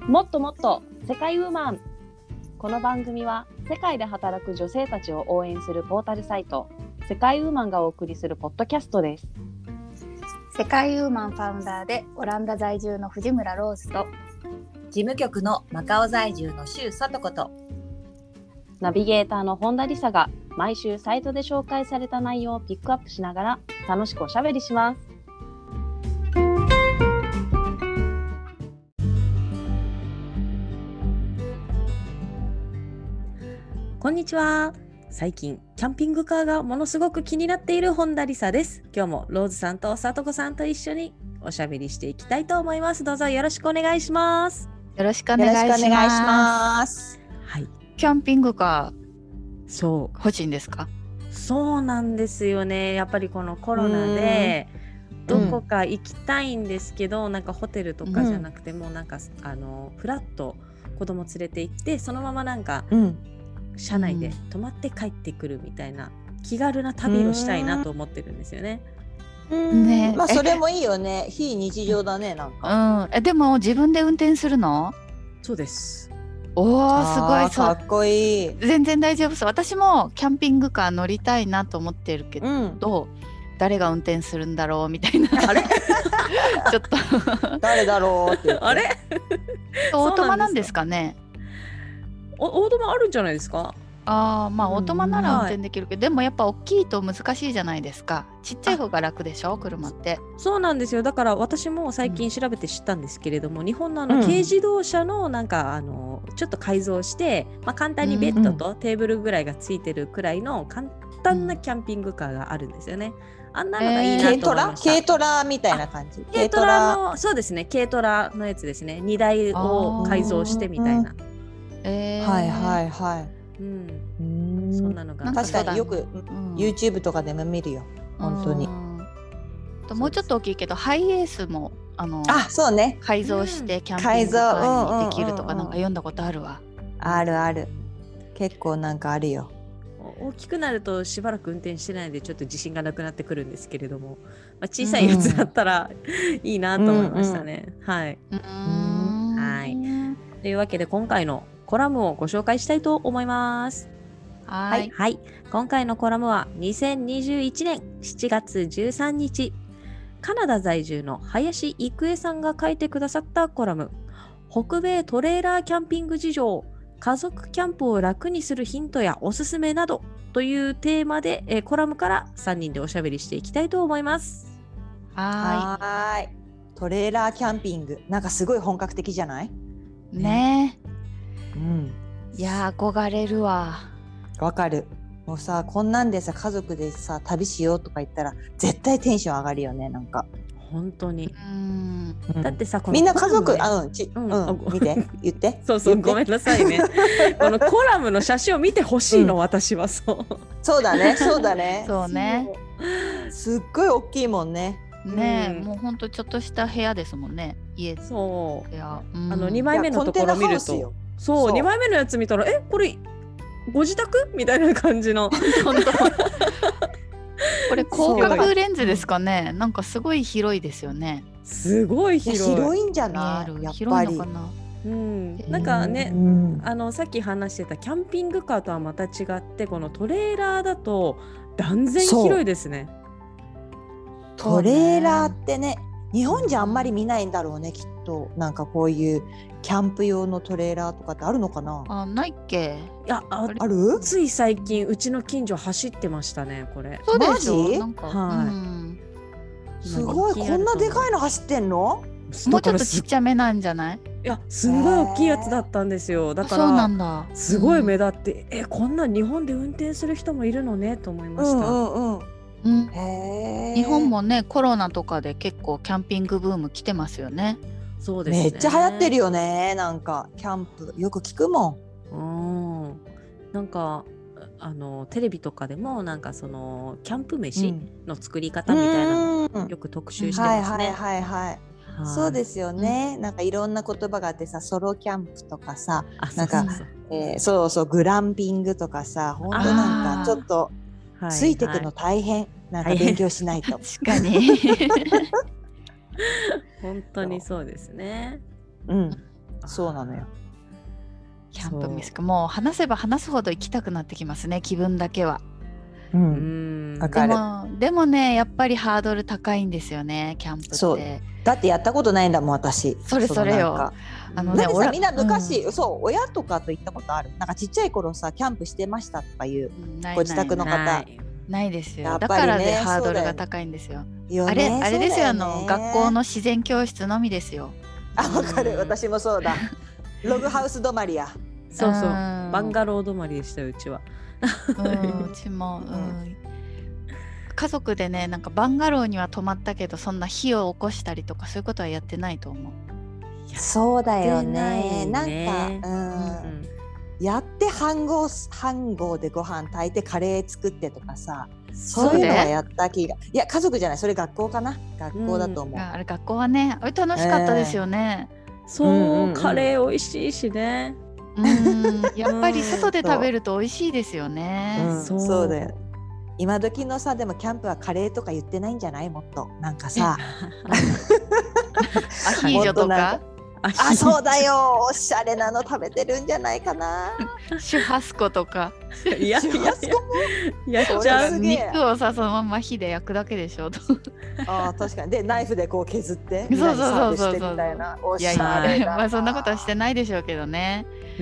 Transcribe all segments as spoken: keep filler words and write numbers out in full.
もっともっと世界ウーマン。この番組は世界で働く女性たちを応援するポータルサイト世界ウーマンがお送りするポッドキャストです。 世界ウーマンファウンダーでオランダ在住の藤村ローズと事務局のマカオ在住の周さとことナビゲーターの本田理沙が毎週サイトで紹介された内容をピックアップしながら楽しくおしゃべりします。 こんにちは。最近キャンピングカーがものすごく気になっている本田理沙です。今日もローズさんとさとこさんと一緒におしゃべりしていきたいと思います。どうぞよろしくお願いします。 よろしくお願いします。 よろしくお願いします。 はい。 キャンピングカーそう欲しいんですか？ そうなんですよね。やっぱりこのコロナでどこか行きたいんですけど、うん、なんかホテルとかじゃなくて、うん、もうなんかあのフラッと子供連れて行ってそのままなんか、うん車内で泊まって帰ってくるみたいな気軽な旅をしたいなと思ってるんですよね。 うんね、まあそれもいいよね。非日常だねなんか。 うん、えでも自分で運転するの？ そうです。 おーすごいかっこいい。 全然大丈夫そう。私もキャンピングカー乗りたいなと思ってるけど、うん、誰が運転するんだろうみたいな。あれちょっと誰だろうって。 あれオートマなんですかね？ オートマあるんじゃないですか？ ああまあオートマなら運転できるけど、うん、でもやっぱ大きいと難しいじゃないですか。ちっちゃい方が楽でしょ車って。 そうなんですよ。だから私も最近調べて知ったんですけれども、うん、日本のあの軽自動車のなんかあのちょっと改造して、まあ、簡単にベッドとテーブルぐらいがついてるくらいの簡単なキャンピングカーがあるんですよね。あんなのがいいなと思いました。 軽トラみたいな感じ。 軽トラのそうですね。軽トラのやつですね。にだいを改造してみたいな。 えー、はいはいはい、 うん、うんそんなのが確かによく、うん、YouTube とかでも見るよ本当に。 ともうちょっと大きいけどハイエースもあのあそうね改造してキャンピングカーにできるとかなんか読んだことあるわ。 あるある結構なんかあるよ。 大きくなるとしばらく運転してないのでちょっと自信がなくなってくるんですけれども、まあ、小さいやつだったら、うん、いいなと思いましたね、うんうん、はい、うんはいというわけで今回のコラムをご紹介したいと思います。 はい、 はい、今回のコラムはにせんにじゅういちねんしちがつじゅうさんにちカナダ在住の林郁恵さんが書いてくださったコラム、北米トレーラーキャンピング事情、家族キャンプを楽にするヒントやおすすめなどというテーマで、えー、コラムからさんにんでおしゃべりしていきたいと思います。 はいはいトレーラーキャンピングなんかすごい本格的じゃない？ ねえうん、 いや憧れるわ。 わかる。もうさこんなんでさ家族でさ旅しようとか言ったら絶対テンション上がるよねなんか。 本当に。 うんだってさこのみんな家族あのち、うんうん、見て言ってそうそうごめんなさいねこのコラムの写真を見てほしいの、うん、私はそうそうだねそうだねそうねすっごい大きいもんね。 ねえ、うん、もうほんとちょっとした部屋ですもんね家。 そういや、 うん、あのにまいめのところ見るとそうにまいめのやつ見たらえこれご自宅みたいな感じの本当これ広角レンズですかね。なんかすごい広いですよね。 すごい広い。 広いんじゃないやっぱり。 広いのかな。 うん、なんかね、うん、あのさっき話してたキャンピングカーとはまた違ってこのトレーラーだと断然広いですね。 トレーラーってね日本じゃあんまり見ないんだろうねきっと。なんかこういうキャンプ用のトレーラーとかってあるのかな。 あないっけ。 いや あ, あるつい最近うちの近所走ってましたねこれ。 そうでしょ。 マジなんか、 はい、 うん、 すごいこんなでかいの走ってんの。 もうちょっとちっちゃめなんじゃない？ いやすんごい大きいやつだったんですよ。だからそうなんだすごい目立って、うん、えこんな日本で運転する人もいるのねと思いました。 うんうんうんうん、へ日本もねコロナとかで結構キャンピングブーム来てますよね。 そうですね。 めっちゃ流行ってるよね。なんかキャンプよく聞くもん。うん。なんかあのテレビとかでもなんかそのキャンプ飯の作り方みたいなのよく特集してますね。 はいはいはいはい。はい、そうですよね、うん、なんかいろんな言葉があってさソロキャンプとかさなんかそうそう、えー、そうそうグランピングとかさ本当なんかちょっとついてくの大変、はいはい、なんか勉強しないと。 確かに本当にそうですね。 うんそうなのよ。 キャンプミスクもう話せば話すほど行きたくなってきますね、気分だけは。 うん、わかる。 でもでもねやっぱりハードル高いんですよね、キャンプって。 そうだってやったことないんだもん私。 それそれよ。 あのね、だってさみんな昔、うん、そう親とかと行ったことある？なんかちっちゃい頃さキャンプしてましたとかいう、うん、ご自宅の方。 ないないですよ、ね、だからでハードルが高いんですよ。よね、あれあれですよ、あの学校の自然教室のみですよ。 あ、わかる、私もそうだ。ログハウス止まりや。 そうそう、バンガロー止まりでしたようちは。 うん、うちも、うん、家族でねなんかバンガローには泊まったけどそんな火を起こしたりとかそういうことはやってないと思う。 そうだよね。なんか、うんうん、やって飯盒飯盒でご飯炊いてカレー作ってとかさ、そういうのはやった気が。いや家族じゃない、それ学校かな。学校だと思う。 うん、あれ学校はねあれ楽しかったですよね。 えー、そう、うんうん、カレー美味しいしね。 うん、やっぱり外で食べると美味しいですよね。 うん、そう、そうだよ。今時のさでもキャンプはカレーとか言ってないんじゃない？もっとなんかさアヒージョとかあ、そうだよ、おしゃれなの食べてるんじゃないかな。 シュハスコとか。 いや、シュハスコもやっちゃう。 肉をさそのまま火で焼くだけでしょ。 あ、確かに。でナイフでこう削ってそうそうそうそうみたいな。 いやいや、まあそんなことはしてないでしょうけどね。うん、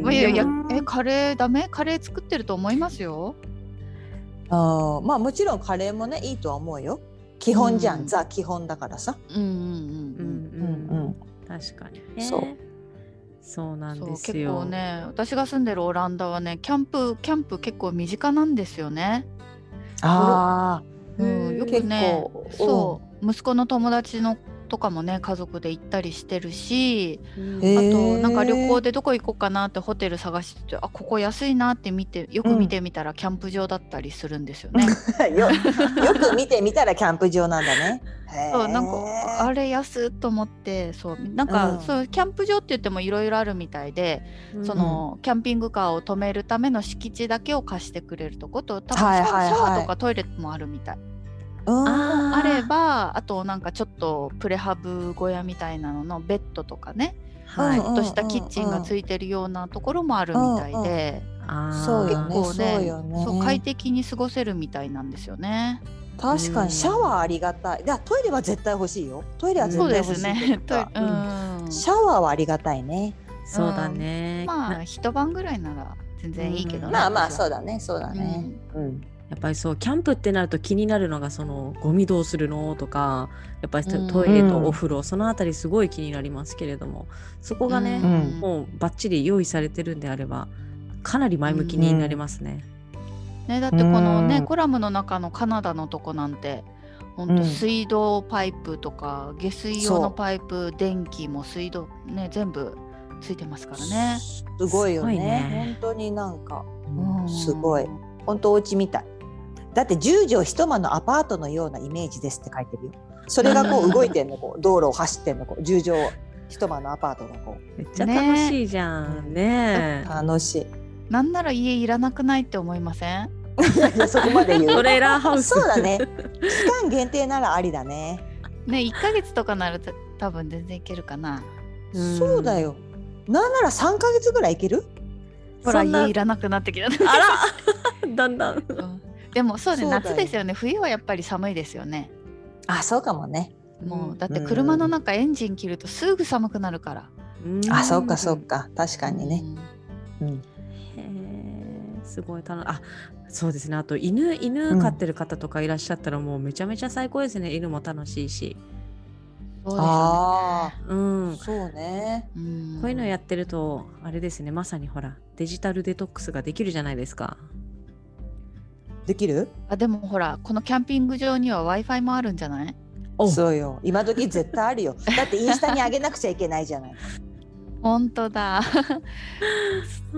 いやいや、えカレーダメ？カレー作ってると思いますよ。 あ、まあもちろんカレーもねいいとは思うよ。基本じゃん、うん、ザ基本だからさ。 うんうんうんうんうん。 確かに、 ね、そうそうなんですよ。 結構ね私が住んでるオランダはねキャンプキャンプ結構身近なんですよね。 ああ、 うん、よくねそう息子の友達のとかもね家族で行ったりしてるし、あとなんか旅行でどこ行こうかなってホテル探してて、あここ安いなって見てよく見てみたらキャンプ場だったりするんですよね。 よ, よく見てみたらキャンプ場なんだね。 そうなんかあれ安と思って、そうなんか、うん、そうキャンプ場って言ってもいろいろあるみたいで、うん、そのキャンピングカーを止めるための敷地だけを貸してくれるとこと多分シャワーとかトイレもあるみたい。あ, あればあとなんかちょっとプレハブ小屋みたいなののベッドとかね、はい、ちょっとしたキッチンがついてるようなところもあるみたいで、 そうよね、 結構ね、 そうよね、 そう快適に過ごせるみたいなんですよね。 確かにシャワーありがたい。いやトイレは絶対欲しいよ。トイレは絶対欲しい。そうですね。うん、シャワーはありがたいね。 そうだね。 うん、まあ一晩ぐらいなら全然いいけどね。 まあまあそうだね、そうだね。うん。うん、 やっぱりそうキャンプってなると気になるのがそのゴミどうするのとかやっぱりトイレとお風呂、うん、そのあたりすごい気になりますけれども、そこがね、うん、もうバッチリ用意されてるんであればかなり前向きになりますね。 うん、ねだってこのね、うん、コラムの中のカナダのとこなんて本当水道パイプとか、うん、下水用のパイプ電気も水道ね全部ついてますからね。 すごいよ ね, ね本当になんか、うん、すごい本当お家みたい。だってじゅうじょう一間のアパートのようなイメージですって書いてるよ。それがこう動いてんのこう道路を走ってんのこうじゅうじょう一間のアパートがこうめっちゃ楽しいじゃん ね, ね楽しい。 なんなら家いらなくないって思いません？ そこまで言う。 トレーラーハウス。 そうだね。期間限定ならありだね。 ねいっかげつとかなると多分全然いけるかな。 そうだよ。なんならさんかげつぐらいいける？ ほら家いらなくなってきた。 あらだんだん。うんでもそうね、夏ですよね。冬はやっぱり寒いですよね。 あ、そうかもね。 もうだって車の中エンジン切るとすぐ寒くなるから。 うん、あ、そうかそうか、確かにね。うん。うん、 へー、すごい楽しい。あ、そうですね。あと犬犬飼ってる方とかいらっしゃったらもうめちゃめちゃ最高ですね。犬も楽しいし。 そうですよね。 あうん、 そうね。 うん。こういうのやってるとあれですね。まさにほらデジタルデトックスができるじゃないですか。 できる？ あでもほらこのキャンピング場には Wi-Fi もあるんじゃない？ そうよ。今時絶対あるよ。だってインスタに上げなくちゃいけないじゃない。 本当だ。うん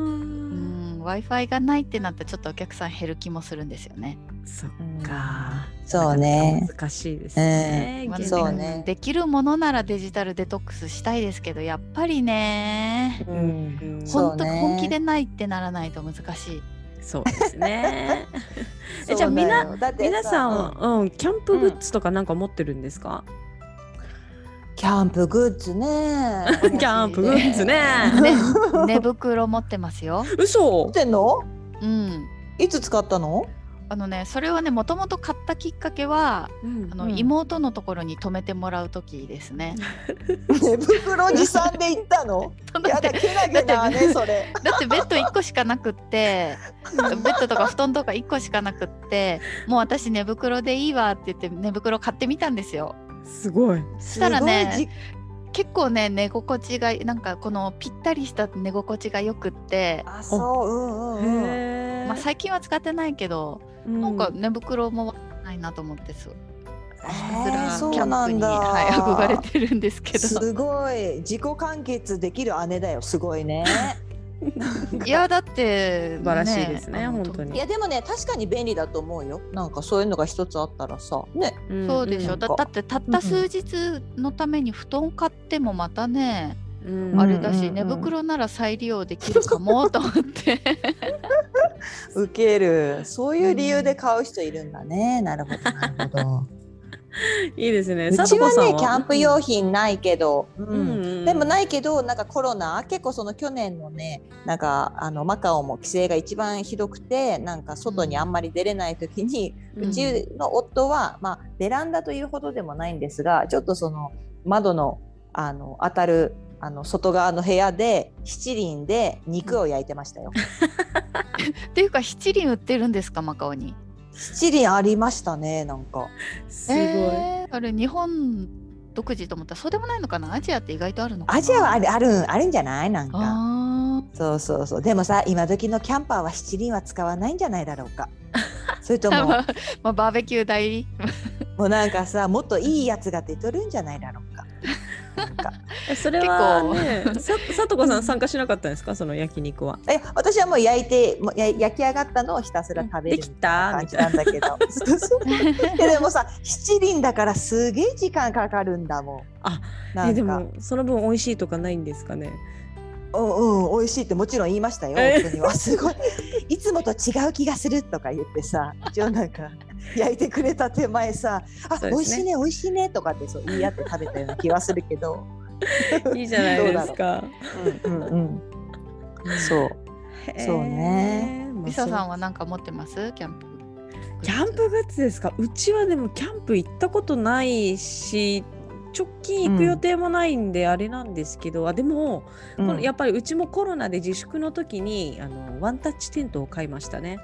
、Wi-Fi がないってなったらちょっとお客さん減る気もするんですよね。 そっか。 そうね。 難しいですね。 えー、そうね。 できるものならデジタルデトックスしたいですけどやっぱりね。うん、本当、ね、本気でないってならないと難しい。 そうですね。えじゃあみな皆さん、うんうん、キャンプグッズとかなんか持ってるんですか？ うキャンプグッズね。 キャンプグッズね。 ね、寝袋持ってますよ。 嘘。 持ってんの？ うん。 いつ使ったの？ あのね、それはね、もともと買ったきっかけは、うん、あの、うん、妹のところに泊めてもらう時ですね。 寝袋持参で行ったの？やだ、けなげだね、それ。 だってベッドいっこしかなくって、ベッドとか布団とかいっこしかなくって、もう私寝袋でいいわって言って寝袋買ってみたんですよ。 すごい。 そしたらね、結構ね、寝心地がなんかこのぴったりした寝心地がよくって、 あ、そう、うんうんうん。 まあ最近は使ってないけど、うん、なんか寝袋もないなと思ってす。 えー、そうなんだ。 はい、憧れてるんですけど。 すごい自己完結できる姉だよ。すごいね。 いやだって素晴らしいですね、本当に。 いやでもね、確かに便利だと思うよ。なんかそういうのが一つあったらさ、ね。 うん、そうでしょ。だ, だってたった数日のために布団買ってもまたね、うん、あれだし、うんうんうん、寝袋なら再利用できるかもと思って。 ウケる。そういう理由で買う人いるんだね。うん、なるほどなるほど。 いいですね。 うちはね、キャンプ用品ないけど、うんうん、でもないけど、なんかコロナ結構その去年のね、なんかあのマカオも規制が一番ひどくて、なんか外にあんまり出れない時に、うん、うちの夫は、まあ、ベランダというほどでもないんですが、ちょっとその窓のあの当たるあの外側の部屋で七輪で肉を焼いてましたよ。 っていうか七輪売ってるんですか、マカオに？ 七輪ありましたね。なんかすごい、えー、あれ日本独自と思ったらそうでもないのかな。アジアって意外とあるのかな。 アジアはあるあるあるんじゃない？なんかそうそうそう。でもさ、今時のキャンパーは七輪は使わないんじゃないだろうか。それともまあ、バーベキュー代理もうなんかさ、もっといいやつが出とるんじゃないだろうか。 なんかそれはね、ささとこさん参加しなかったんですか、その焼肉は？ え、私はもう焼いてもや焼き上がったのをひたすら食べるみたいな感じなんだけど。でもさ、七輪だからすげえ時間かかるんだもん。 あ、えでもその分美味しいとかないんですかね？ うんうん、美味しいってもちろん言いましたよ。夫にはすごいいつもと違う気がするとか言ってさ、一応なんか焼いてくれた手前さ、あ、ね、美味しいね美味しいねとかってそう言い合って食べたような気はするけどいいじゃないですか。 うんうんうん、そうそうね。 リサさんは何か持ってます？キャンプキャンプグッズですか？うちはでもキャンプ行ったことないし、直近行く予定もないんであれなんですけど、うん、あでも、うん、やっぱりうちもコロナで自粛の時にあのワンタッチテントを買いましたね。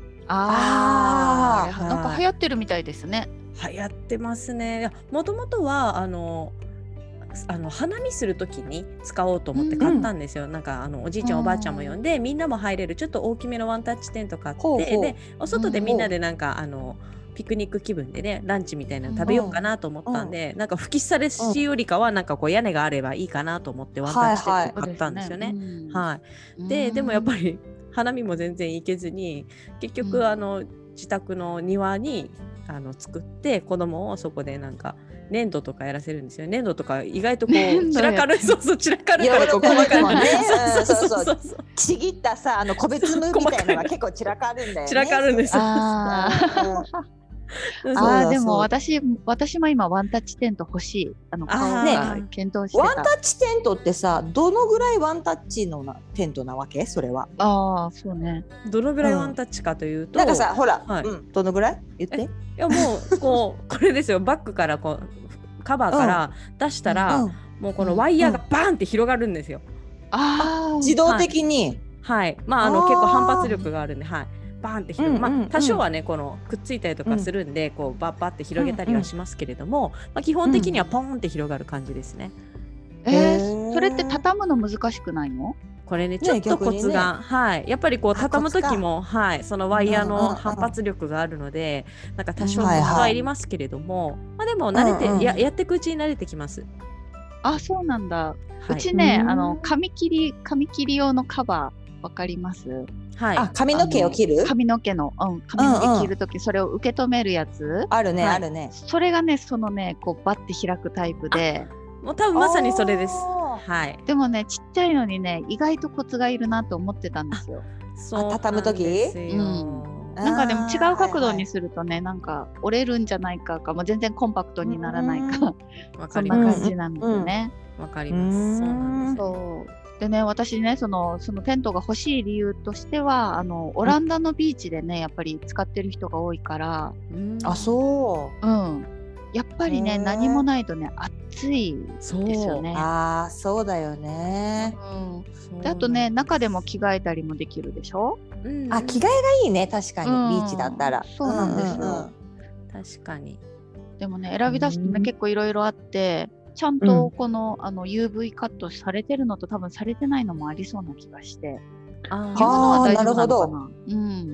ああ、なんか流行ってるみたいですね。 流行ってますね。もともとはあのあの花見する時に使おうと思って買ったんですよ。うん、なんかあのおじいちゃんおばあちゃんも呼んでみんなも入れるちょっと大きめのワンタッチテント買って、ほうほう、でお外でみんなでなんか、うん、あのピクニック気分でねランチみたいなの食べようかなと思ったんで、うん、なんか吹きされしよりかはなんかこう屋根があればいいかなと思ってワンタッチテント買ったんですよね。はい。ででもやっぱり花見も全然行けずに結局、うん、あの自宅の庭にあの作って子供をそこでなんか粘土とかやらせるんですよ。粘土とか意外とこう散らかるそうそう散らかるからこう細かいもんね。 そうそうそうそうちぎったさあの個別無みたいなのが結構散らかるんだよね。 散らかるんですよ。 ああでも私私も今ワンタッチテント欲しい。あのあ、ね、検討してた。 ワンタッチテントってさどのぐらいワンタッチのなテントなわけ？それは。 ああそうね。 どのぐらいワンタッチかというと、 うん、なんかさほら、はい、うん、どのぐらい言って。いやもうこうこれですよバッグからこうカバーから出したら、うん、もうこのワイヤーがバーンって広がるんですよ。 うん、ああ自動的に。 はい、はい、まああの結構反発力があるんで、はい。バーンって広げ、うんうんうん、まあ、多少はねこのくっついたりとかするんで、うん、こうバッバッって広げたりはしますけれども、うんうん、まあ、基本的にはポンって広がる感じですね。 うん、えー、それって畳むの難しくないの？ これねちょっとコツが、ね、はい、やっぱりこう畳む時も、はい、そのワイヤーの反発力があるので、うんうん、なんか多少コツはいりますけれども、はいはい、まあ、でも慣れて、うんうん、や, やっていくうちに慣れてきます。 あ、そうなんだ、はい、うちね、あの紙切り紙切り用のカバーわかります？ はい、あ、髪の毛を切る？ 髪の毛の、うん、髪の毛切るとき、うん、それを受け止めるやつあるね、 はい、 あるね。 それがね、そのね、こうバッて開くタイプで、 もう多分まさにそれです。はい。 でもね、ちっちゃいのにね、意外とコツがいるなと思ってたんですよ。 そう畳むとき？ うん。 なんかでも違う角度にするとね、はいはい、なんか折れるんじゃないかか、もう全然コンパクトにならないか、うん、そんな感じなんですね。 わかります。そうなんです。 そうでね、私ね、そのそのテントが欲しい理由としては、あのオランダのビーチでね、やっぱり使ってる人が多いから、 うん、あ、そう、 うん、やっぱりね、何もないとね、暑いですよね。 ああ、そうだよね。 うん、であとね、中でも着替えたりもできるでしょ。 うん、あ、着替えがいいね、確かに、うん、ビーチだったら。 そうなんですよ、うんうんうん、 確かに。 でもね、選び出すとね、結構いろいろあって、ちゃんとこの、うん、あの ユーブイ カットされてるのと多分されてないのもありそうな気がして、 ああ、なるほど。 うん、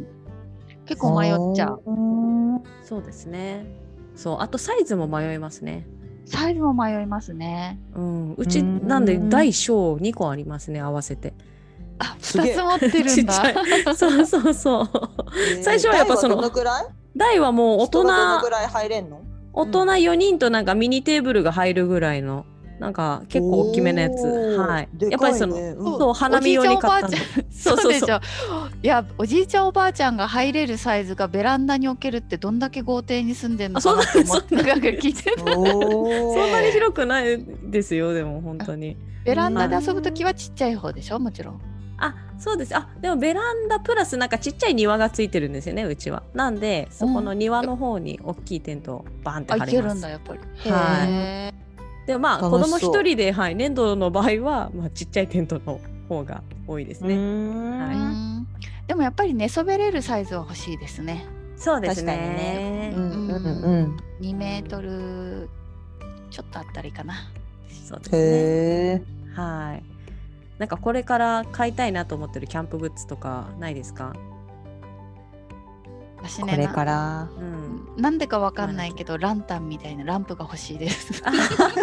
結構迷っちゃう。 そうですね。そう、あとサイズも迷いますね。 サイズも迷いますね。 うん、うちなんで大小にこありますね、合わせて。 あ、ふたつ持ってるんだ。 そうそうそう。最初はやっぱその大はもう大人どのくらい入れんの？ 大人よにんとなんかミニテーブルが入るぐらいのなんか結構大きめのやつ、はい、 ね、 やっぱりその、うん、そう花見用に買ったの。 そうそうそう。いや、おじいちゃんおばあちゃんが入れるサイズがベランダに置けるってどんだけ豪邸に住んでんのかなって思ってなんか聞いてた。 そんなに広くないですよ、でも本当に。 ベランダで遊ぶときはちっちゃい方でしょ、もちろん。 あ、そうです。あ、でもベランダプラスなんかちっちゃい庭がついてるんですよね、うちは。なんでそこの庭の方に大きいテントをバンって張ります。 あ、いけるんだやっぱり。 はい。でもまあ子供一人で、はい、年度の場合は、まあ、ちっちゃいテントの方が多いですね。 はい、でもやっぱり寝そべれるサイズは欲しいですね。 そうですね。 うんうんうん、にメートルちょっとあったらいいかな。 そうですね。へー、はい。なんかこれから買いたいなと思ってるキャンプグッズとかないですか？ 私ね、 これから、 うん、なんでかわかんないけどランタンみたいなランプが欲しいです。 ラ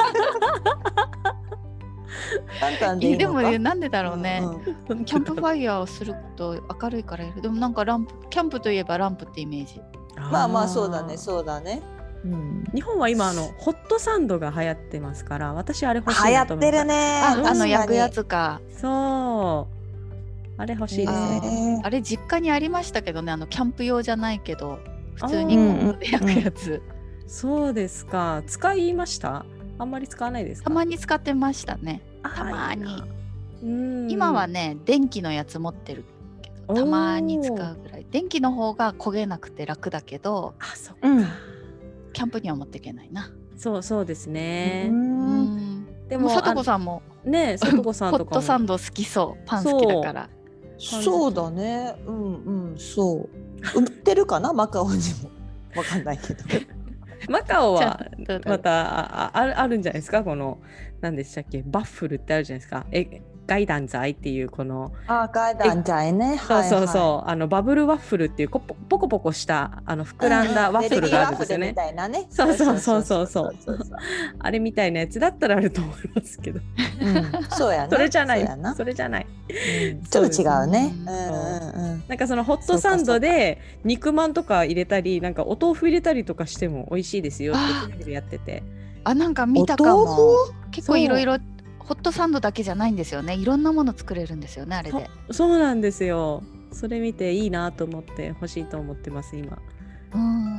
ンタンでいいのか？ でもなんでだろうね、うんうん、キャンプファイヤーをすると明るいからいる。でもなんかランプ、キャンプといえばランプってイメージ。 まあまあそうだね、そうだね。 うん、日本は今あのホットサンドが流行ってますから、私あれ欲しいなと思った。 流行ってるね。 あ、あの焼くやつか。 そうあれ欲しいですね。 あれ実家にありましたけどね、あのキャンプ用じゃないけど普通にコンロで焼くやつ、うんうん、 そうですか。使いました？あんまり使わないですか？ たまに使ってましたね。たまに。うん、今はね電気のやつ持ってるけどたまに使うぐらい。電気の方が焦げなくて楽だけど、 あ、そっか、 うん、キャンプには持っていけないな。 そうそうですね。 うん、でもさとこさんもね、さとこさんとかもホットサンド好きそう。パン好きだから。 そう、そうだね。うんうん、そう。売ってるかなマカオにも。わかんないけど。 マカオはまた あ, あ, あるんじゃないですか。この何でしたっけ、バッフルってあるじゃないですか。えガイダン材っていうこのあガイダン材ね。 そうそうそう、はいはい、あのバブルワッフルっていうポコポコしたあの膨らんだワッフルがあるんですよね。みたいなね。そうそうそうそうそう。あれみたいなやつだったらあると思いますけど。 うん、そうやな。 それじゃない。それじゃない。 うん、ちょっと違うね。うんうんうん、なんかそのホットサンドで肉まんとか入れたり、なんかお豆腐入れたりとかしても美味しいですよってやってて。 あ、なんか見たかも。結構いろいろ。ホットサンドだけじゃないんですよね。いろんなもの作れるんですよね、あれで。 そ, そうなんですよ。それ見ていいなと思って欲しいと思ってます今。 うん、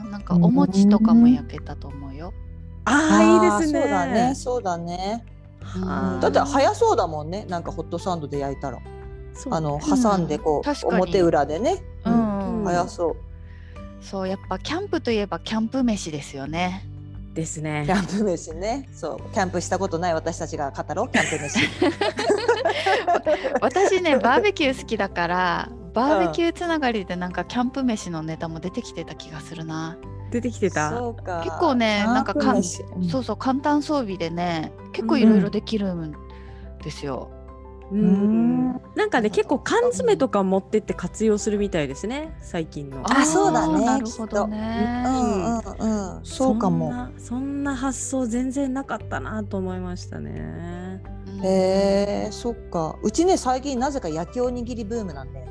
なんかお餅とかも焼けたと思うよ。 ああ、いいですね。そうだね、そうだね。うん、だって早そうだもんね。なんかホットサンドで焼いたら、あの挟んでこう、うん、表裏でね。うん、うん、早そう。 そう、やっぱキャンプといえばキャンプ飯ですよね。 ですね。 キャンプ飯ね。そう、キャンプしたことない私たちが語ろうキャンプ飯。 私ねバーベキュー好きだからバーベキューつながりでなんかキャンプ飯のネタも出てきてた気がするな。 出てきてた。 そうか。 結構ね、なんかかん、うん、そうそう簡単装備でね結構いろいろできるんですよ。 うん、なんかね結構缶詰とか持ってって活用するみたいですね最近の。 あ、そうだね。 なるほどね。 うんうんうん、そうかも。 そんな、そんな発想全然なかったなと思いましたね。 へえ、そっか。うちね最近なぜか焼きおにぎりブームなんだよね。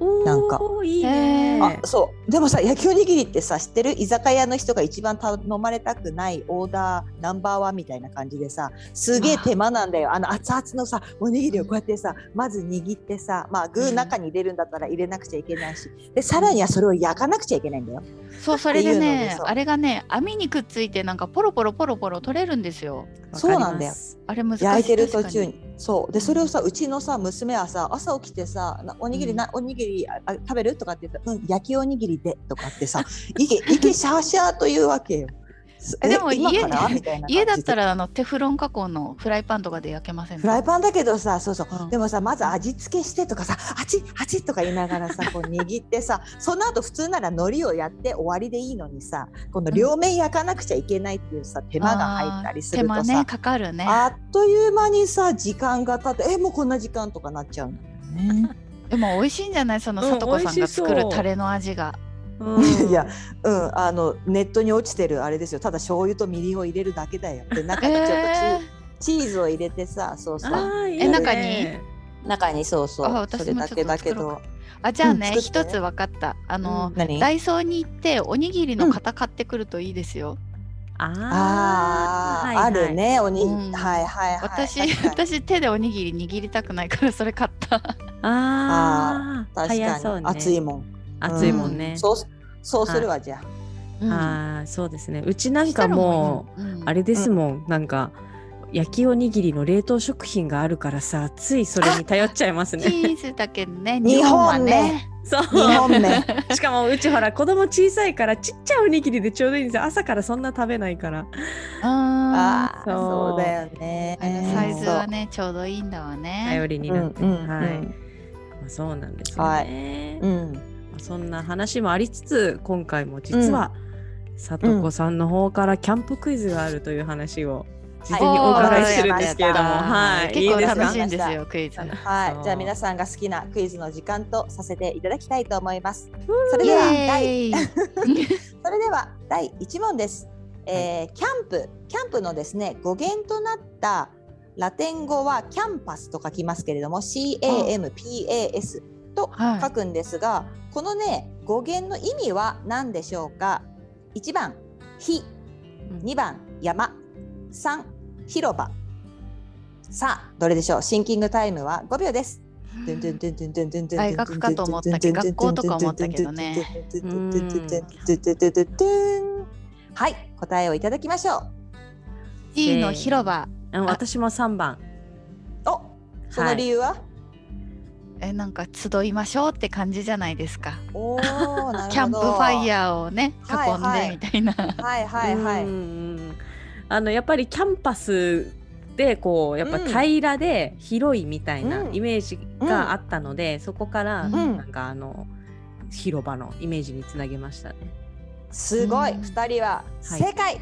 なんかいいね。 あ、そうでもさ、焼きおにぎりってさ、知ってる？居酒屋の人が一番頼まれたくないオーダーナンバーワンみたいな感じでさ、すげえ手間なんだよ。あの熱々のさおにぎりをこうやってさ、まず握ってさ、まあ具中に入れるんだったら入れなくちゃいけないし、でさらにはそれを焼かなくちゃいけないんだよ。 そう、それでね、あれがね、網にくっついてなんかポロポロポロポロ取れるんですよ。 そうなんだよ。 あれ難しい。 焼いてる途中に。そうで、それをさ、うちのさ娘はさ、朝起きてさ、おにぎりな、おにぎりあ食べるとかって言ったら、うん、焼きおにぎりでとかってさ、いけいけシャーシャーというわけよ。 でも 家, 家だったらあのテフロン加工のフライパンとかで焼けませんか？ フライパンだけどさ、そうそう、 うん、 でもさ、まず味付けしてとかさ、あちあちとか言いながらさ、こう握ってさ、その後普通なら海苔をやって終わりでいいのにさ、この両面焼かなくちゃいけないっていうさ、手間が入ったりするとさ、 手間ね、かかるね。 あっという間にさ、時間が経って、えもうこんな時間とかなっちゃうんだよね。 でも美味しいんじゃない？そのさとこさんが作るタレの味が。 うん、いや、うん、あのネットに落ちてるあれですよ。ただ醤油とみりんを入れるだけだよ。で中にちょっとチ,、えー、チーズを入れてさ、そうそう。 え、中に？ 中にそうそう。 あ、 それだけだけど。 あ、じゃあね、一、うん、つ分かった。あの、うん、ダイソーに行っておにぎりの型買ってくるといいですよ。 うん、ああ、はいはい、あるね、おにぎり、うん、はいはいはい。 私私手でおにぎり握りたくないからそれ買った。ああ、確かに、ね、熱いもん。 熱いもんね、 うん、そうそうするわ、じゃあ、うん、あ、そうですね。うちなんかもう、うん、あれですもん、うん、なんか焼きおにぎりの冷凍食品があるからさ、ついそれに頼っちゃいますね。 チーズだけね、 にほんめ、 そう、 にほんめしかもうちほら子供小さいからちっちゃいおにぎりでちょうどいいんですよ。朝からそんな食べないから。 ああ、そうだよね。 あのサイズはねちょうどいいんだわね。 頼りになって、うんうん、はい、まあ、そうなんですよね、はい、うん、そんな話もありつつ、今回も実は、うん、さとこさんの方からキャンプクイズがあるという話を事前にお伺いしてるんですけれども、はい、 結構楽しいんですよ、クイズ。 はい、じゃあ皆さんが好きなクイズの時間とさせていただきたいと思います。それでは第それではだいいち問です。えー、キャンプキャンプのですね、語源となったラテン語はキャンパスと書きますけれども、 シーエーエムピーエーエス と書くんですが、はい、このね語源の意味は何でしょうか？いちばん火、にばん山、さん広場。さあどれでしょう？シンキングタイムはごびょうです。 大学かと思ったけど、学校とか思ったけどね。 はい、答えをいただきましょう。 C の広場。 私もさんばん。 お、その理由は？はい、 え、なんか集いましょうって感じじゃないですか。 おー、なるほど。 キャンプファイヤーをね囲んでみたいな。 はいはいはい。 あのやっぱりキャンパスでこうやっぱ平らで広いみたいなイメージがあったので、うん、そこからなんかあの、うん、広場のイメージにつなげましたね。 すごい、うん、ふたりは正解、はい、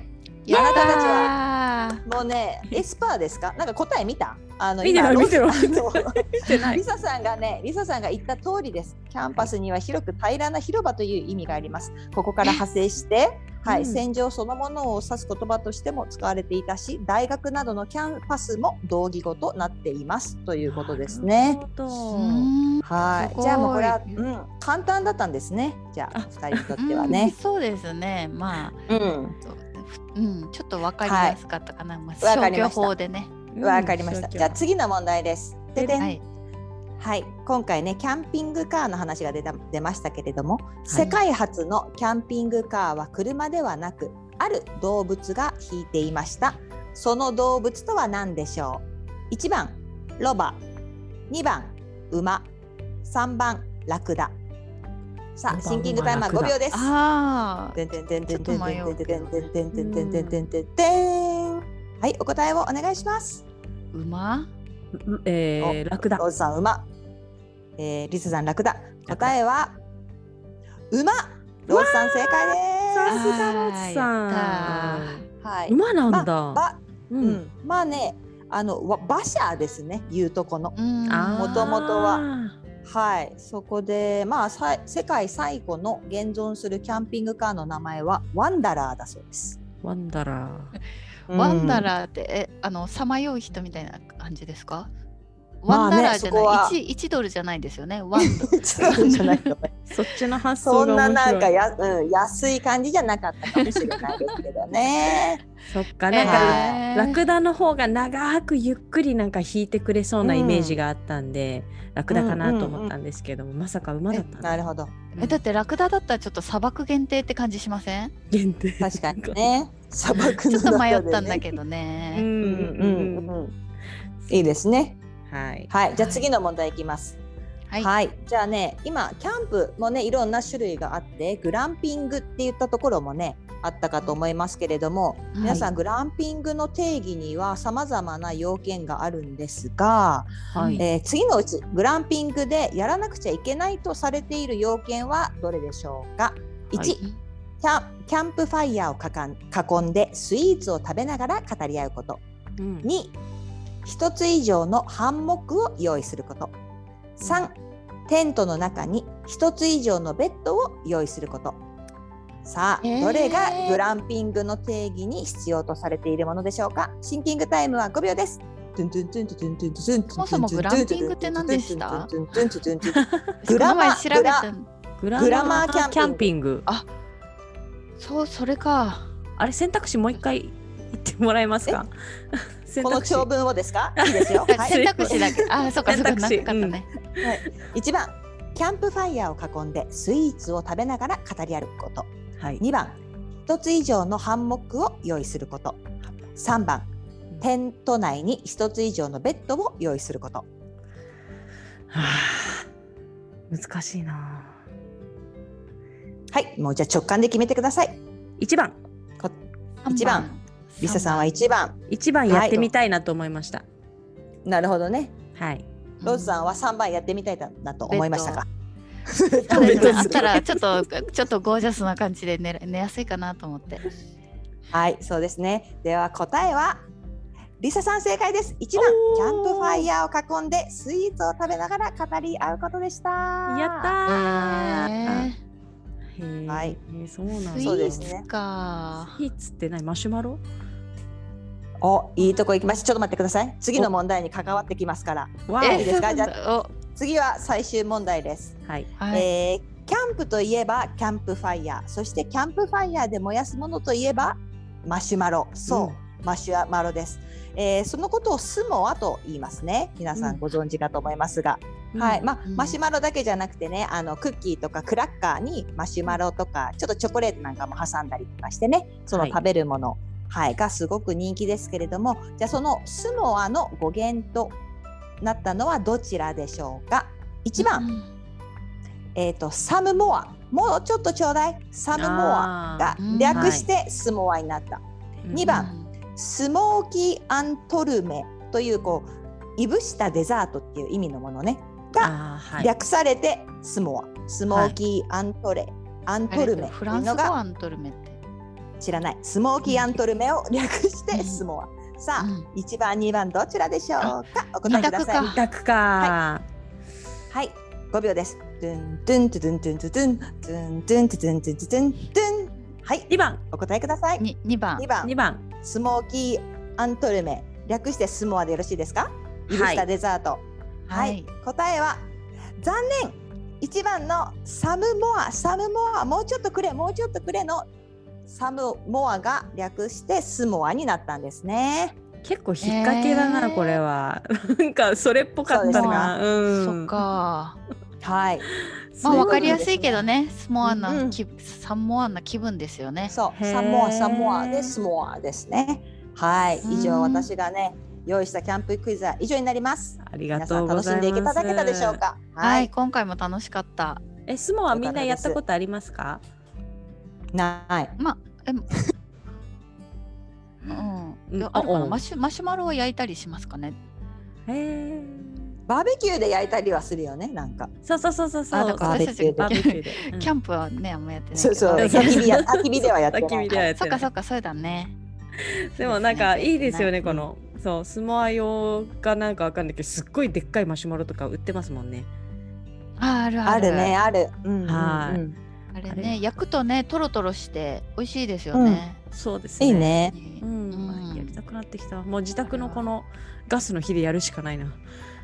あなたたちはもうねエスパーですか？なんか答え見た？あの見てない見てないリサさんがねリサさんが言った通りです。キャンパスには広く平らな広場という意味があります。ここから派生してはい、うん、戦場そのものを指す言葉としても使われていたし、大学などのキャンパスも同義語となっていますということですね。はい、じゃあもうこれは、うん、簡単だったんですね。じゃあふたりにとってはね、 うん、そうですね。まあ、うんうん、ちょっと分かりやすかったかな、はい、まあ、消去法でね。 わかりました。じゃあ次の問題です。ででん、はいはい、今回ねキャンピングカーの話が出た出ましたけれども、はい、世界初のキャンピングカーは車ではなくある動物が引いていました。その動物とは何でしょう？いちばんロバ、にばん馬、さんばんラクダ。さあシンキングタイムはごびょうです。あー、ちょっと迷うけど。はい、お答えをお願いします。 馬？ えー、ラクダ。 ローズさん馬、えー、リスさんラクダ。答えは馬。ローズさん正解です。 さすがローズさん。はい、馬なんだ。まあ、 うんうん、まあね、あの馬車ですね、いうとこの。もともとは、はい、そこでまあ世界最古の現存するキャンピングカーの名前はワンダラーだそうです。 ワンダラー。 ワンダラーって、え、あのさまよう人みたいな感じですか？ ワンダラーじゃない、 まあね、 いち, いちドルじゃないですよね。ワンドルじゃないのそっちの発想が面白い。 そんななんかや、うん、安い感じじゃなかったかもしれないですけどね。 そっか、なんかラクダの方が長くゆっくりなんか引いてくれそうなイメージがあったんで、うん、ラクダかなと思ったんですけども、うんうんうん、まさか馬だったんだ。 なるほど。 えだってラクダだったらちょっと砂漠限定って感じしません？ 限定。 確かにね。砂漠の中で、ね、 ちょっと迷ったんだけどね。 うんうんうん。いいですね。 はい。 はい。じゃあ次の問題いきます。はい、はい、じゃあね、今キャンプもねいろんな種類があって、グランピングって言ったところもねあったかと思いますけれども、はい、皆さんグランピングの定義にはさまざまな要件があるんですが、はい、えー、次のうちグランピングでやらなくちゃいけないとされている要件はどれでしょうか。いち、はい、キャ、キャンプファイヤーをかかん囲んでスイーツを食べながら語り合うこと。うん、に、一つ以上のハンモックを用意すること。さん、テントの中に一つ以上のベッドを用意すること。さあ、えー、どれがグランピングの定義に必要とされているものでしょうか。シンキングタイムはごびょうです。 そもそもグランピングって何でした？ グラマ調べたグラマーキャンピング。 あ、そう、それか。 あれ、選択肢もう一回言ってもらえますか。 この長文をですか？いいですよ。 はい、選択肢だけ。あ、そうかそうか、なかったね。 うん、はい、いちばん、キャンプファイヤーを囲んでスイーツを食べながら語り合うこと。はい、にばん、ひとつ以上のハンモックを用意すること。さんばん、テント内にひとつ以上のベッドを用意すること。 はあ、難しいな。 はい、もうじゃあ直感で決めてください。 いちばん。 いちばん。リサさんはいちばん。 いちばんやってみたいなと思いました。はい、 なるほどね。 はい。 ローズさんはさんばんやってみたいなと思いましたか？ あったらちょっとちょっとゴージャスな感じで 寝, 寝やすいかなと思って。 はい、そうですね。では答えはリサさん正解です。いちばん、キャンプファイヤーを囲んでスイーツを食べながら語り合うことでした。 やったー。 えー、はい、 えー、そうなんスイーツか。 スイーツって何？マシュマロ？ お、いいとこ行きました。ちょっと待ってください。次の問題に関わってきますから。いいですか？じゃあ次は最終問題です。はい。えー、キャンプといえばキャンプファイヤー、そしてキャンプファイヤーで燃やすものといえばマシュマロ。そう、うん、マシュマロです。えー、そのことをスモアと言いますね。皆さんご存知かと思いますが、うん、はい、まあ、うん、マシュマロだけじゃなくてね、あのクッキーとかクラッカーにマシュマロとかちょっとチョコレートなんかも挟んだりとかしてね、その食べるもの、はいはい、がすごく人気ですけれども、じゃあそのスモアの語源となったのはどちらでしょうか。いちばん、うん、えーと、サムモア、もうちょっとちょうだい、サムモアが略してスモアになった。うん、にばん、スモーキーアントルメというこういぶしたデザートっていう意味のものねが略されてスモア、はい、スモーキーアントレ、はい、アントルメフランス語アントルメって知らない。スモーキーアントルメを略してスモア、うん、さあ、うん、いちばんにばんどちらでしょうか。お答えください。 に択か、 はい、はい、ごびょうです。ドゥンドゥントゥドゥントゥントゥドゥンドゥンドゥントゥドゥントゥドゥンドゥン。はい、 にばんお答えください。 にばんにばんにばんスモーキーアントルメ略してスモアでよろしいですか。いぶしたデザート、はい、はい、答えは残念、いちばんのサムモア、サムモア、もうちょっとくれもうちょっとくれのサムモアが略してスモアになったんですね。 結構引っ掛けだな、えー、これはなんかそれっぽかったな。 う、うん、そっか。 はい。 まあわかりやすいけどね、スモアな、うん、サンモアな気分ですよね。 そう、サンモアサンモアでスモアですね。はい、以上私がね用意したキャンプクイズは以上になります。 ありがとうございます。 皆さん楽しんでいただけたでしょうか。 はい、はい、今回も楽しかった。 え、スモアみんなやったことありますか？ ない。 まあ、えうん、あるかな。マシュマシュマロを焼いたりしますかね。 へえ。バーベキューで焼いたりはするよね、なんか。 そうそうそうそうそう。 だから私たちバーベキューで、うん、キャンプはねあんまやってないけど。 そうそう。焚き火や焚き火ではやってない。 焚き火ではやってない。 そっかそっか、そうだね。 でもなんかいいですよね、この、うん、そうスモア用がなんかわかんないけど、すっごいでっかいマシュマロとか売ってますもんね。 あ、あるある。 あるね、ある。うん、 はい。 あれね、焼くとねトロトロして美味しいですよね。 うん、そうですね。 いいね。 うん、うん、やりたくなってきた。もう自宅のこのガスの火でやるしかないな。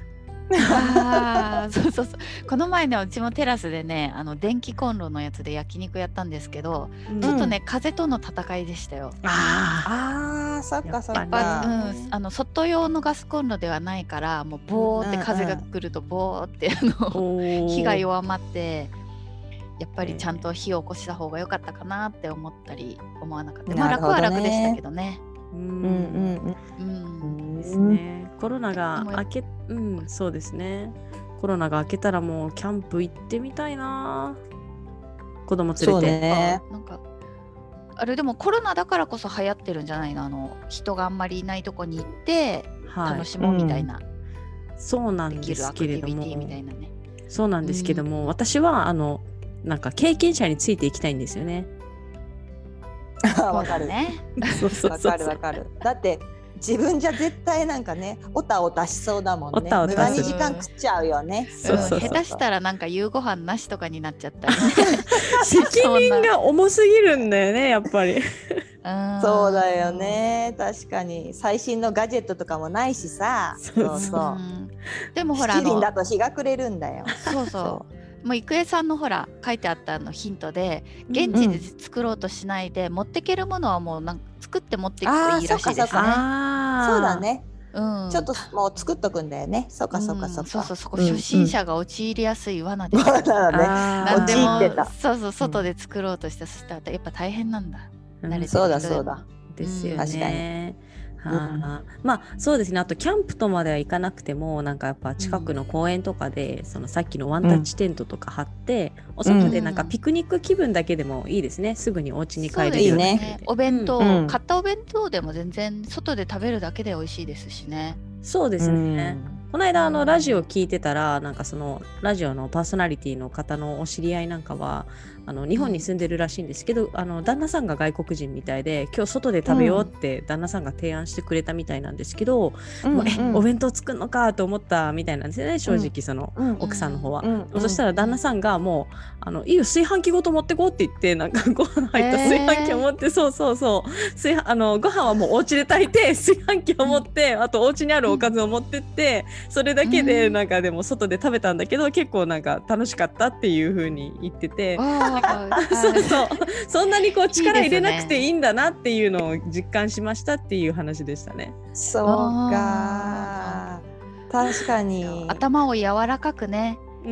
あそうそうそうこの前ねうちもテラスでねあの電気コンロのやつで焼肉やったんですけど、うん、ちょっとね風との戦いでしたよ。 ああそっかそっか。やっぱ、 うん、あの外用のガスコンロではないからもうボーって風が来るとボーって、うんうん、あの火が弱まってやっぱりちゃんと火を起こした方が良かったかなって思ったり思わなかった、まあ楽は楽でしたけどね。 うんうんうんですね。コロナが明けうんそうですね。コロナが明けたらもうキャンプ行ってみたいな。子供連れて。 そうね。 なんかあれでもコロナだからこそ流行ってるんじゃないのあの人があんまりいないとこに行って楽しもうみたいな、 はいうん、そうなんですけれども、 みたいなね、 そうなんですけども、うん、私はあのなんか経験者についていきたいんですよね。 わかるね。わかるわかる。だって自分じゃ絶対なんかねおたおたしそうだもんね。おたおた無駄に時間食っちゃうよね。 そうそうそうそう下手したらなんか夕ご飯なしとかになっちゃったり、ね、 責任が重すぎるんだよねやっぱり。 そうだよね確かに最新のガジェットとかもないしさ。そうそう。 でもほら七輪だと日が暮れるんだよ。 そうそうもう郁恵さんのほら書いてあったのヒントで現地で作ろうとしないで、うん、持ってけるものはもうなんか作って持っていくといいらしいですね。そうだね、うん、ちょっともう作っとくんだよね。そうかそうかそうか、うん、 そうそうそこ初心者が陥りやすい罠です、うん、 罠だね。 何でもそうそう外で作ろうとして、うん、そしたらやっぱ大変なんだ、 うん、慣れてる人でも。そうだそうだですよね。 確かにはあうん、まあそうですね。あとキャンプとまでは行かなくてもなんかやっぱ近くの公園とかで、うん、そのさっきのワンタッチテントとか張って、うん、お外でなんかピクニック気分だけでもいいですね。すぐにお家に帰れるように、 ね、お弁当、うん、買ったお弁当でも全然外で食べるだけで美味しいですしね。 そうですね、うん、この間あのラジオ聞いてたらなんかそのラジオのパーソナリティの方のお知り合いなんかはあの日本に住んでるらしいんですけど、うん、あの旦那さんが外国人みたいで今日外で食べようって旦那さんが提案してくれたみたいなんですけど、うん、えお弁当作るのかと思ったみたいなんですよね正直その奥さんの方は、うんうん、そしたら旦那さんがもうあのいいよ炊飯器ごと持ってこうって言ってなんかご飯入った炊飯器を持って、えー、そうそうそう炊あのご飯はもうお家で炊いて炊飯器を持ってあとお家にあるおかずを持ってってそれだけでなんかでも外で食べたんだけど結構なんか楽しかったっていう風に言っててそうそうそんなにこう力入れなくていいんだなっていうのを実感しましたっていう話でしたね。 そうか確かに頭を柔らかくね、うん、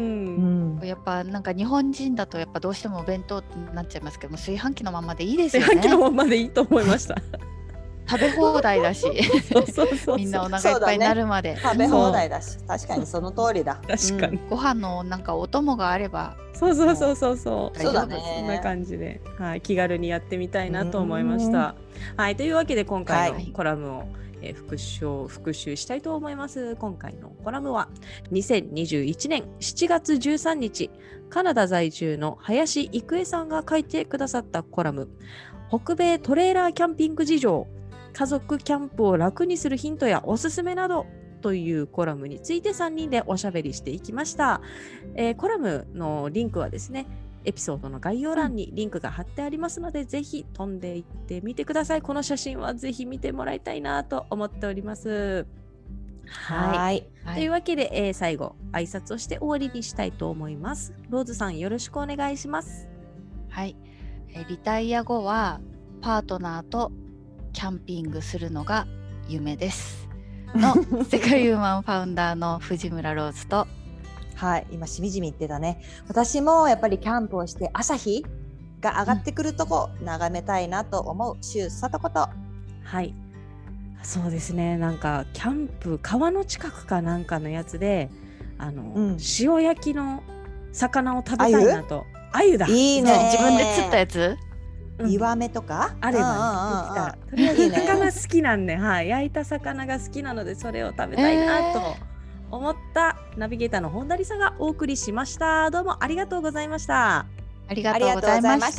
やっぱなんか日本人だとやっぱどうしてもお弁当ってなっちゃいますけども炊飯器のままでいいですよね。 炊飯器のままでいいと思いました食べ放題だしそうそうそうそうみんなお腹いっぱいになるまで、 ね、食べ放題だし確かにその通りだ確かに、 うん、ご飯のなんかお供があればそうそうそうそうそうそうだねそんな感じで、はい、気軽にやってみたいなと思いました。はいというわけで今回のコラムを、はいえー、復唱復習したいと思います。今回のコラムはにせんにじゅういちねんしちがつじゅうさんにちカナダ在住の林郁恵さんが書いてくださったコラム北米トレーラーキャンピング事情家族キャンプを楽にするヒントやおすすめなどというコラムについてさんにんでおしゃべりしていきました、えー、コラムのリンクはですねエピソードの概要欄にリンクが貼ってありますので、うん、ぜひ飛んでいってみてください。この写真はぜひ見てもらいたいなと思っております。はい、はいというわけで、えー、最後挨拶をして終わりにしたいと思います。ローズさんよろしくお願いします。 はい、えー、リタイア後はパートナーとキャンピングするのが夢ですの世界ウーマンファウンダーの藤村ローズとはい今しみじみ言ってたね。私もやっぱりキャンプをして朝日が上がってくるとこ、うん、眺めたいなと思う周さとこと。 はいそうですねなんかキャンプ川の近くかなんかのやつであの、うん、塩焼きの魚を食べたいなと。あゆだいいね自分で釣ったやつイワメとかあればね、できたらとりあえず魚好きなんで、はい、焼いた魚が好きなのでそれを食べたいなと思ったナビゲーターの本田理沙がお送りしました。どうもありがとうございました。 ありがとうございました。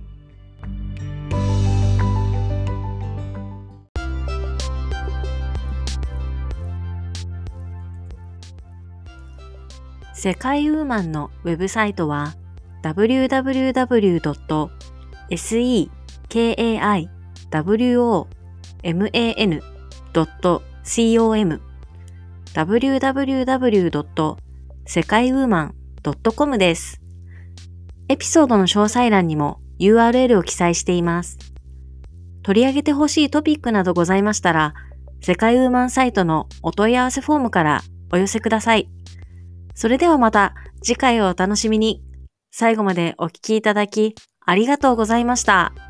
世界ウーマンのウェブサイトはダブリューダブリューダブリュードットセカイウーマンドットコムダブリューダブリューダブリュードットセカイウーマンドットコム です。エピソードの詳細欄にも ユーアールエル を記載しています。取り上げてほしいトピックなどございましたら、世界ウーマンサイトのお問い合わせフォームからお寄せください。それではまた次回をお楽しみに。最後までお聞きいただきありがとうございました。